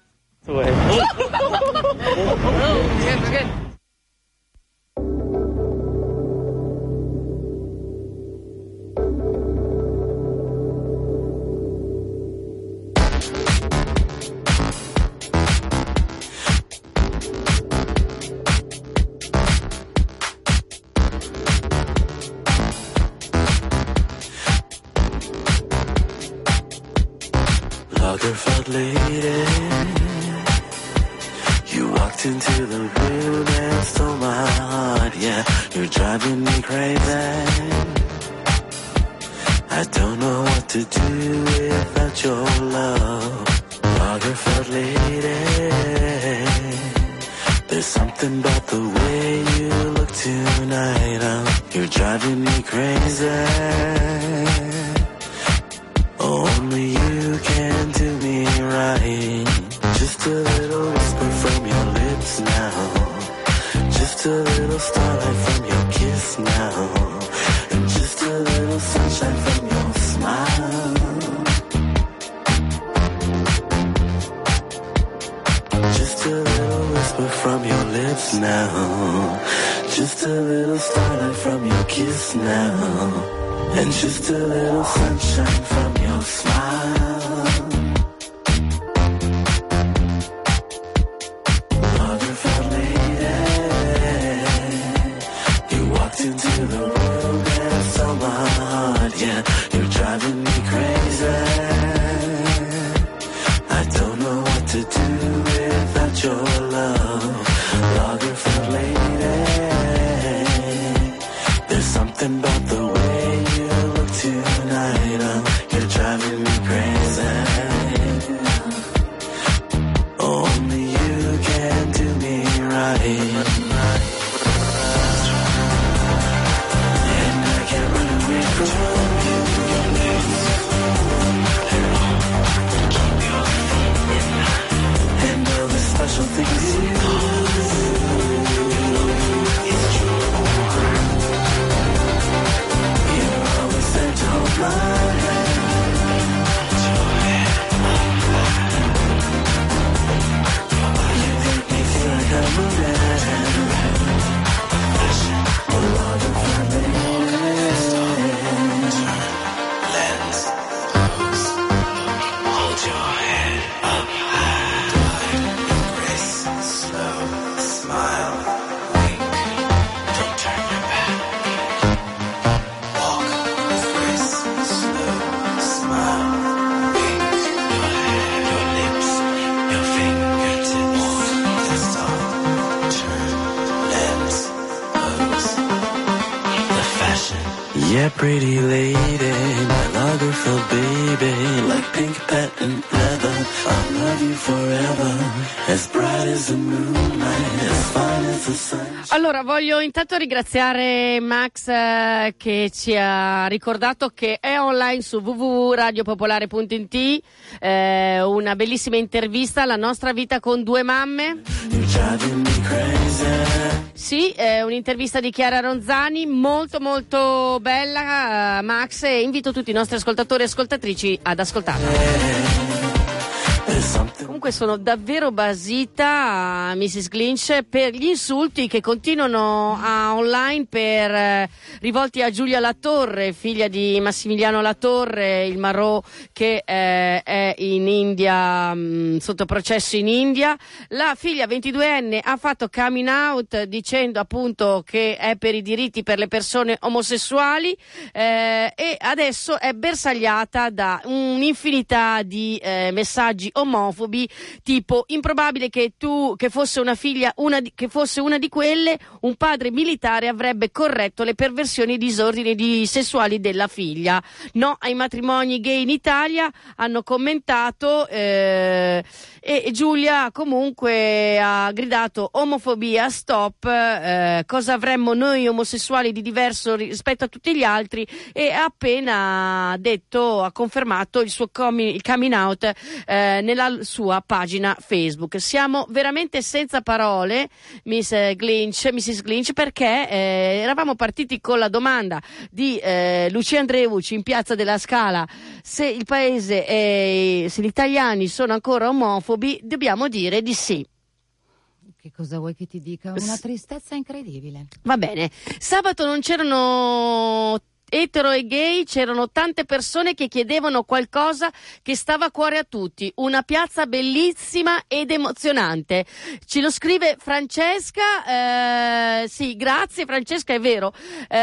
Lagerfeld lady, you walked into the room and stole my heart. Yeah, you're driving me crazy. I don't know what to do without your love. Lagerfeld lady, there's something about the way you look tonight. Oh, you're driving me crazy. Only you can do me right. Just a little whisper from your lips now. Just a little starlight from your kiss now. And just a little sunshine from your smile. Just a little whisper from your lips now. Just a little starlight from your kiss now. And just a little sunshine from your smile. Lagerfeld lady, you walked into the room and stole my heart. Yeah, you're driving me crazy. I don't know what to do without your love. Lagerfeld lady, there's something about the way tonight, oh, you're driving me crazy. Only you can do me right. And I can't run away from you. And all the special things you do. Yeah, pretty lady, my Lagerfeld baby, like pink patent leather. I'll love you forever, as bright as the moonlight, as fine as the sun. Allora, voglio intanto ringraziare Max eh, che ci ha ricordato che è online su w w w punto radio popolare punto i t, eh, una bellissima intervista alla nostra vita con due mamme. Sì, è un'intervista di Chiara Ronzani, molto molto bella, uh, Max, e invito tutti i nostri ascoltatori e ascoltatrici ad ascoltarla. Comunque sono davvero basita, missus Glinch, per gli insulti che continuano a online per eh, rivolti a Giulia Latorre, figlia di Massimiliano Latorre, il marò che eh, è in India, mh, sotto processo in India. La figlia ventiduenne ha fatto coming out dicendo appunto che è per i diritti per le persone omosessuali eh, e adesso è bersagliata da un'infinità di eh, messaggi omofobi omofobi, tipo improbabile che tu che fosse una figlia una di, che fosse una di quelle, un padre militare avrebbe corretto le perversioni e disordini di sessuali della figlia. No ai matrimoni gay in Italia, hanno commentato, eh, e Giulia comunque ha gridato omofobia stop, eh, cosa avremmo noi omosessuali di diverso rispetto a tutti gli altri, e ha appena detto, ha confermato il suo coming, il coming out eh, nella sua pagina Facebook. Siamo veramente senza parole, Miss Glinch, missus Glinch, perché eh, eravamo partiti con la domanda di eh, Lucia Andreucci in Piazza della Scala, se il paese è, se gli italiani sono ancora omofobi, dobbiamo dire di sì. Che cosa vuoi che ti dica? Una tristezza incredibile. Va bene. Sabato non c'erano etero e gay, c'erano tante persone che chiedevano qualcosa che stava a cuore a tutti, una piazza bellissima ed emozionante. Ce lo scrive Francesca, eh, sì, grazie Francesca, è vero,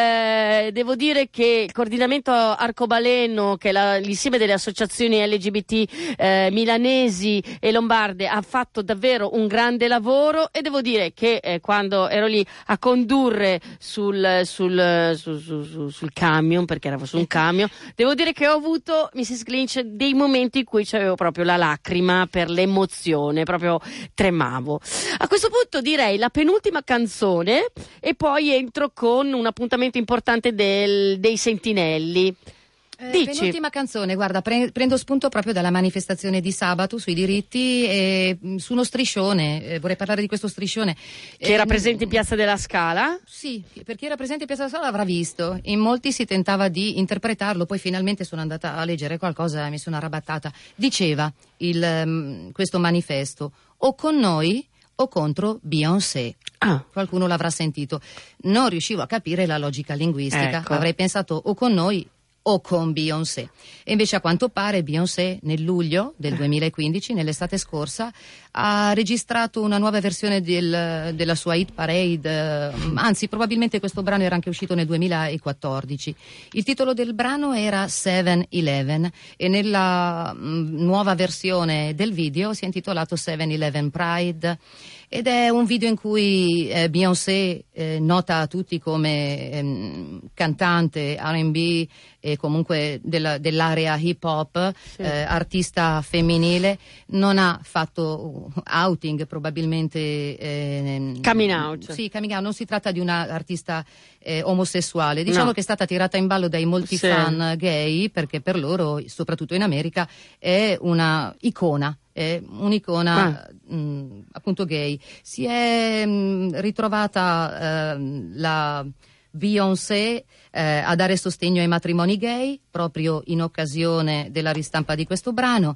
eh, devo dire che il coordinamento arcobaleno, che è la, l'insieme delle associazioni L G B T eh, milanesi e lombarde, ha fatto davvero un grande lavoro, e devo dire che eh, quando ero lì a condurre sul, sul, sul, sul, sul, sul camion, perché ero su un camion, devo dire che ho avuto, missus Glinch, dei momenti in cui c'avevo proprio la lacrima per l'emozione, proprio tremavo. A questo punto direi la penultima canzone e poi entro con un appuntamento importante del, dei Sentinelli. Eh, Dici. Penultima canzone, guarda, pre- prendo spunto proprio dalla manifestazione di sabato sui diritti e mh, su uno striscione, eh, vorrei parlare di questo striscione. Che era presente in Piazza della Scala? Sì, per chi era presente in Piazza della Scala l'avrà visto, in molti si tentava di interpretarlo, poi finalmente sono andata a leggere qualcosa e mi sono arrabattata. Diceva il, um, questo manifesto, o con noi o contro Beyoncé. Ah. Qualcuno l'avrà sentito. Non riuscivo a capire la logica linguistica, ecco. Avrei pensato o con noi o con Beyoncé. E invece a quanto pare Beyoncé nel luglio del duemilaquindici, nell'estate scorsa, ha registrato una nuova versione del, della sua hit parade, anzi probabilmente questo brano era anche uscito nel duemilaquattordici. Il titolo del brano era seven eleven e nella mh, nuova versione del video si è intitolato seven eleven Pride, ed è un video in cui eh, Beyoncé, eh, nota a tutti come ehm, cantante R and B e comunque della, dell'area hip hop, sì. eh, artista femminile, non ha fatto outing, probabilmente eh, coming out. Sì, coming out. Non si tratta di una artista eh, omosessuale, diciamo no. che è stata tirata in ballo dai molti sì. fan gay, perché per loro, soprattutto in America, è una icona. È un'icona ah. mh, appunto gay. Si è mh, ritrovata eh, la Beyoncé eh, a dare sostegno ai matrimoni gay proprio in occasione della ristampa di questo brano,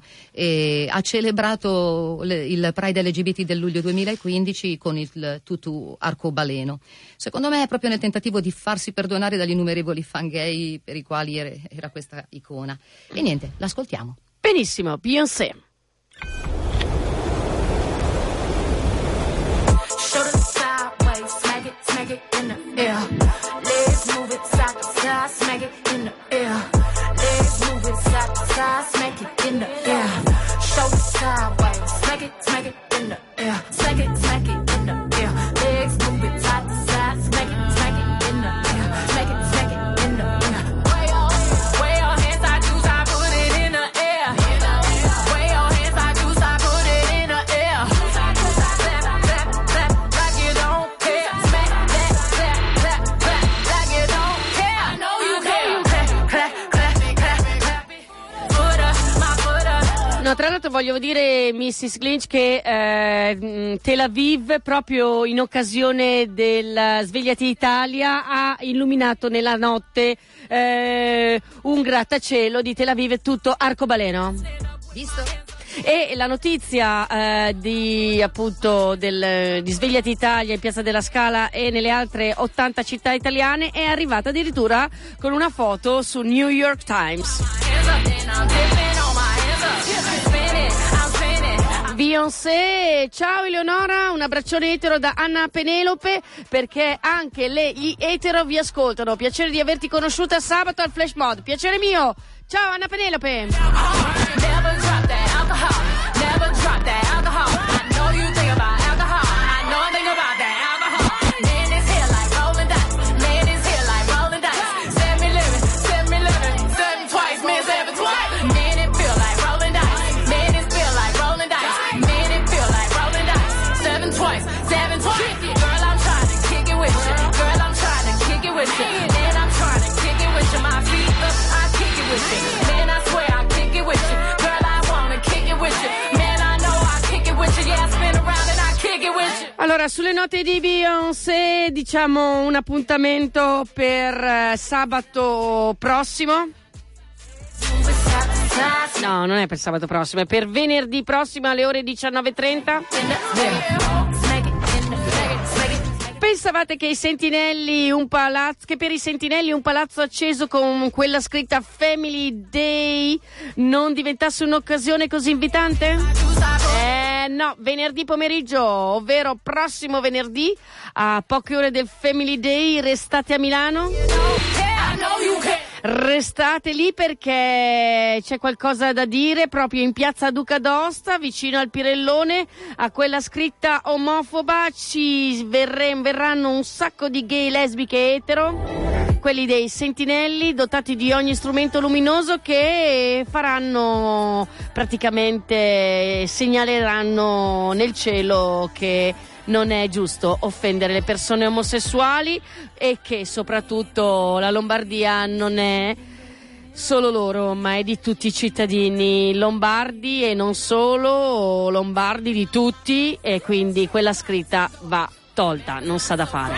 e ha celebrato le, il Pride L G B T del luglio duemilaquindici con il tutù arcobaleno. Secondo me è proprio nel tentativo di farsi perdonare dagli innumerevoli fan gay per i quali era, era questa icona. E niente, l'ascoltiamo. Benissimo, Beyoncé. Shoulder sideways, smack it, smack it in the air. Legs move it side to side, smack it in the air. Legs move it side to side, smack it in the air. Shoulder sideways, smack it, smack it in the air. Smack it, smack it in the air. Legs move it side to side, smack it, smack it in the air. Smack it, smack it in the air. Way your, way your hands, I do, I put it in the air. Way your hands, I do, I put it in the air. Clap, clap, clap, like you don't care. Smack that, clap, clap, clap, like you don't care. I know you care. Clap, clap, clap, clap, foot up, my foot up. No, tra l'altro voglio dire, missus Glinch, che eh, Tel Aviv, proprio in occasione del Svegliati Italia, ha illuminato nella notte eh, un grattacielo di Tel Aviv, tutto arcobaleno. Visto? E la notizia eh, di appunto del, di Svegliati Italia in Piazza della Scala e nelle altre ottanta città italiane è arrivata addirittura con una foto su New York Times. Beyoncé, ciao Eleonora, un abbraccione etero da Anna Penelope, perché anche le, gli etero vi ascoltano. Piacere di averti conosciuta sabato al Flash Mod, piacere mio. Ciao Anna Penelope. drop that alcohol. I know you think about alcohol. I know I think about that alcohol. Man is here like rolling dice. Man is here like rolling dice. Send me living, send me living, seven twice, man, seven twice. Man, it feel like rolling dice. Man, it feel like rolling dice. Man, it feel like rolling dice. Seven twice, seven twice. Girl, I'm trying to kick it with you. Girl, I'm trying to kick it with you. Man, I'm trying to kick it with you. My feet up, I kick it with you. Man, I swear I kick it with you. Girl, I wanna kick it with you. Man, I know I kick it with you. Yeah, I spin around and I kick it with you. Allora, sulle note di Beyoncé, diciamo un appuntamento per eh, sabato prossimo. No, non è per sabato prossimo, è per venerdì prossimo alle ore diciannove e trenta. Pensavate che i sentinelli un palazzo che per i sentinelli un palazzo acceso con quella scritta Family Day non diventasse un'occasione così invitante? Eh no, venerdì pomeriggio, ovvero prossimo venerdì, a poche ore del Family Day, restate a Milano. Restate lì perché c'è qualcosa da dire proprio in piazza Duca d'Osta, vicino al Pirellone, a quella scritta omofoba ci verre, verranno un sacco di gay, lesbiche e etero, quelli dei sentinelli dotati di ogni strumento luminoso che faranno praticamente, segnaleranno nel cielo che non è giusto offendere le persone omosessuali e che soprattutto la Lombardia non è solo loro, ma è di tutti i cittadini lombardi e non solo, lombardi di tutti, e quindi quella scritta va tolta, non sa da fare.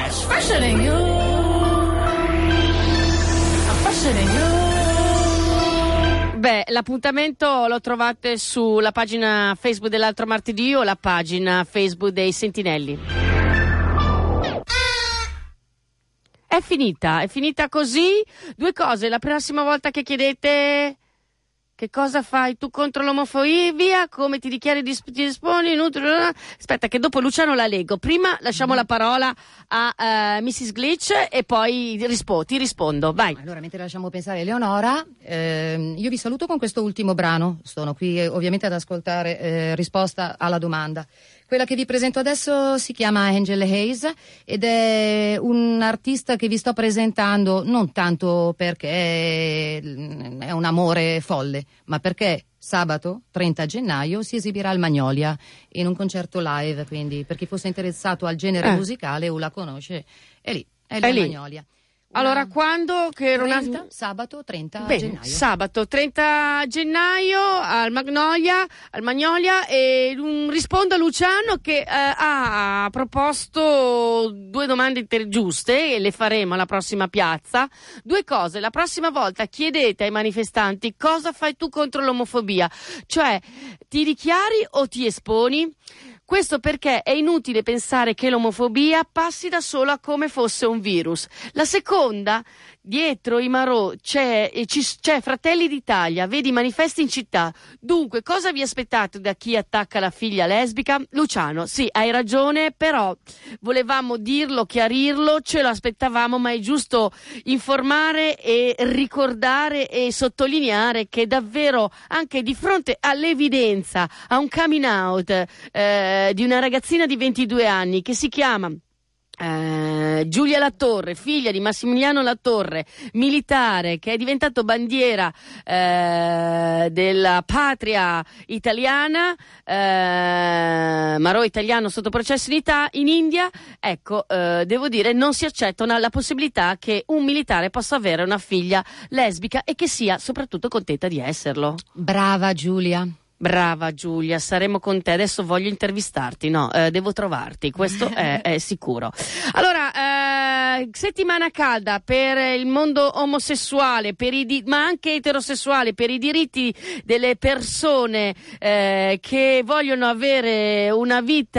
Beh, l'appuntamento lo trovate sulla pagina Facebook dell'altro martedì o la pagina Facebook dei Sentinelli. È finita, è finita così. Due cose, la prossima volta che chiedete che cosa fai tu contro l'omofobia, come ti dichiari dis- ti disponi, inutile. Aspetta che dopo Luciano la leggo. Prima lasciamo mm. la parola a uh, missus Glitch e poi rispo- ti rispondo. Vai. Allora, mentre lasciamo pensare Eleonora, ehm, io vi saluto con questo ultimo brano. Sono qui eh, ovviamente ad ascoltare eh, risposta alla domanda. Quella che vi presento adesso si chiama Angel Hayes ed è un artista che vi sto presentando non tanto perché è un amore folle, ma perché sabato trenta gennaio si esibirà al Magnolia in un concerto live, quindi per chi fosse interessato al genere eh. musicale o la conosce, è lì, è lì è al lì. Magnolia. Allora, quando? Che era una... trenta, sabato trenta Bene, gennaio. Sabato trenta gennaio al Magnolia, al Magnolia e um, rispondo a Luciano che eh, ha proposto due domande inter- giuste e le faremo alla prossima piazza. Due cose, la prossima volta chiedete ai manifestanti cosa fai tu contro l'omofobia, cioè ti dichiari o ti esponi? Questo perché è inutile pensare che l'omofobia passi da sola come fosse un virus. La seconda, dietro i Marò c'è, c'è Fratelli d'Italia, vedi manifesti in città. Dunque, cosa vi aspettate da chi attacca la figlia lesbica? Luciano, sì, hai ragione, però volevamo dirlo, chiarirlo, ce lo aspettavamo, ma è giusto informare e ricordare e sottolineare che davvero anche di fronte all'evidenza, a un coming out eh, di una ragazzina di ventidue anni che si chiama Uh, Giulia Latorre, figlia di Massimiliano Latorre, militare che è diventato bandiera uh, della patria italiana, uh, Marò italiano sotto processo in, Ita- in India. Ecco, uh, devo dire, non si accetta una, la possibilità che un militare possa avere una figlia lesbica e che sia soprattutto contenta di esserlo. Brava Giulia. Brava Giulia, saremo con te. Adesso voglio intervistarti, no, eh, devo trovarti, questo è, è sicuro. Allora, eh, settimana calda per il mondo omosessuale, per i di- ma anche eterosessuale, per i diritti delle persone eh, che vogliono avere una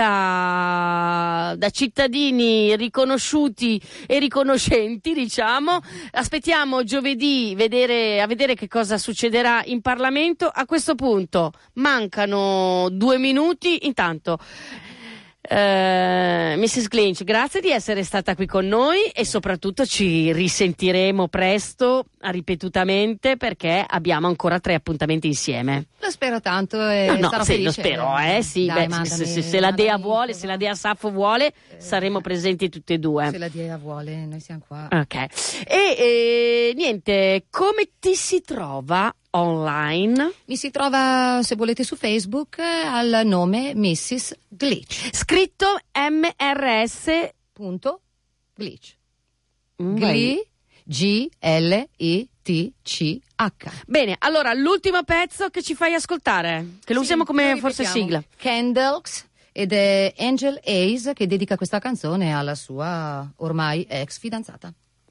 vita da cittadini riconosciuti e riconoscenti, diciamo. Aspettiamo giovedì vedere, a vedere che cosa succederà in Parlamento. A questo punto mancano due minuti, intanto Uh, missus Glinch, grazie di essere stata qui con noi e soprattutto ci risentiremo presto, ripetutamente, perché abbiamo ancora tre appuntamenti insieme. Lo spero tanto e no, no, sarò sì, felice. lo spero, eh, sì, Dai, beh, mandami, se, se, se la Dea mandami vuole, cosa. se la Dea Saffo vuole, saremo presenti tutte e due. Se la Dea vuole, noi siamo qua. Ok. E eh, niente, come ti si trova online? Mi si trova, se volete, su Facebook eh, al nome missus Glitch. Scritto M R S punto Glitch. Mm, Gli, G L I T C H. Bene, allora l'ultimo pezzo che ci fai ascoltare, che lo Sì, usiamo come lo forse ripetiamo. sigla. Candles, ed è Angel Hayes che dedica questa canzone alla sua ormai ex fidanzata.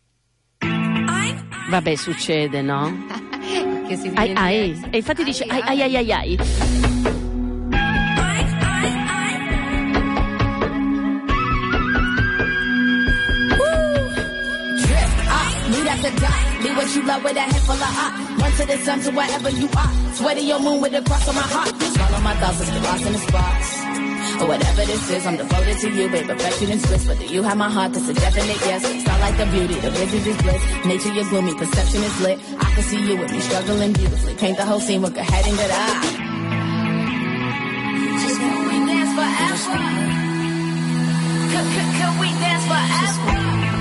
Vabbè, succede, no? Che si Ai diventa ai, ex. e infatti dice ai ai ai ai ai. Meet at the dot, be what you love with a head full of hot. Run to the sun to wherever you are. Swear to your moon with a cross on my heart. Swallow my thoughts, let's get lost in the spots. Or whatever this is, I'm devoted to you, babe. Perfection is bliss, but do you have my heart? That's a definite yes. Sound like the beauty, the vision is bliss. Nature, you're gloomy, perception is lit. I can see you with me struggling beautifully. Paint the whole scene with good head and good eye. Just can we dance forever? Could, could, could we dance forever?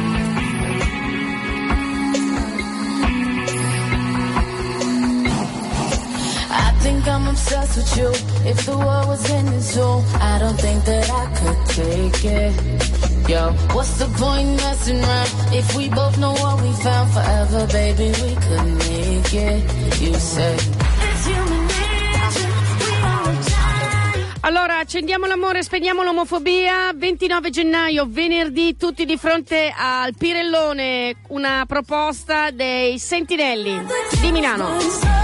I think I'm obsessed with you. If the world was in the zoo, I don't think that I could take it. Yo, what's the point in messing around if we both know what we found? Forever, baby, we could make it. You said it's human nature, we all die. Allora, accendiamo l'amore, spegniamo l'omofobia. ventinove gennaio, venerdì, tutti di fronte al Pirellone, una proposta dei Sentinelli di Milano.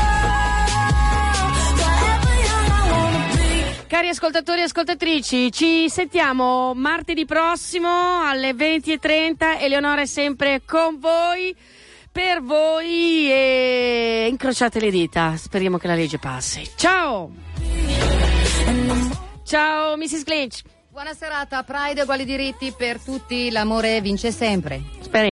Cari ascoltatori e ascoltatrici, ci sentiamo martedì prossimo alle venti e trenta. Eleonora è sempre con voi, per voi, e incrociate le dita. Speriamo che la legge passi. Ciao! Ciao, missus Glitch. Buona serata, Pride e uguali diritti per tutti, l'amore vince sempre.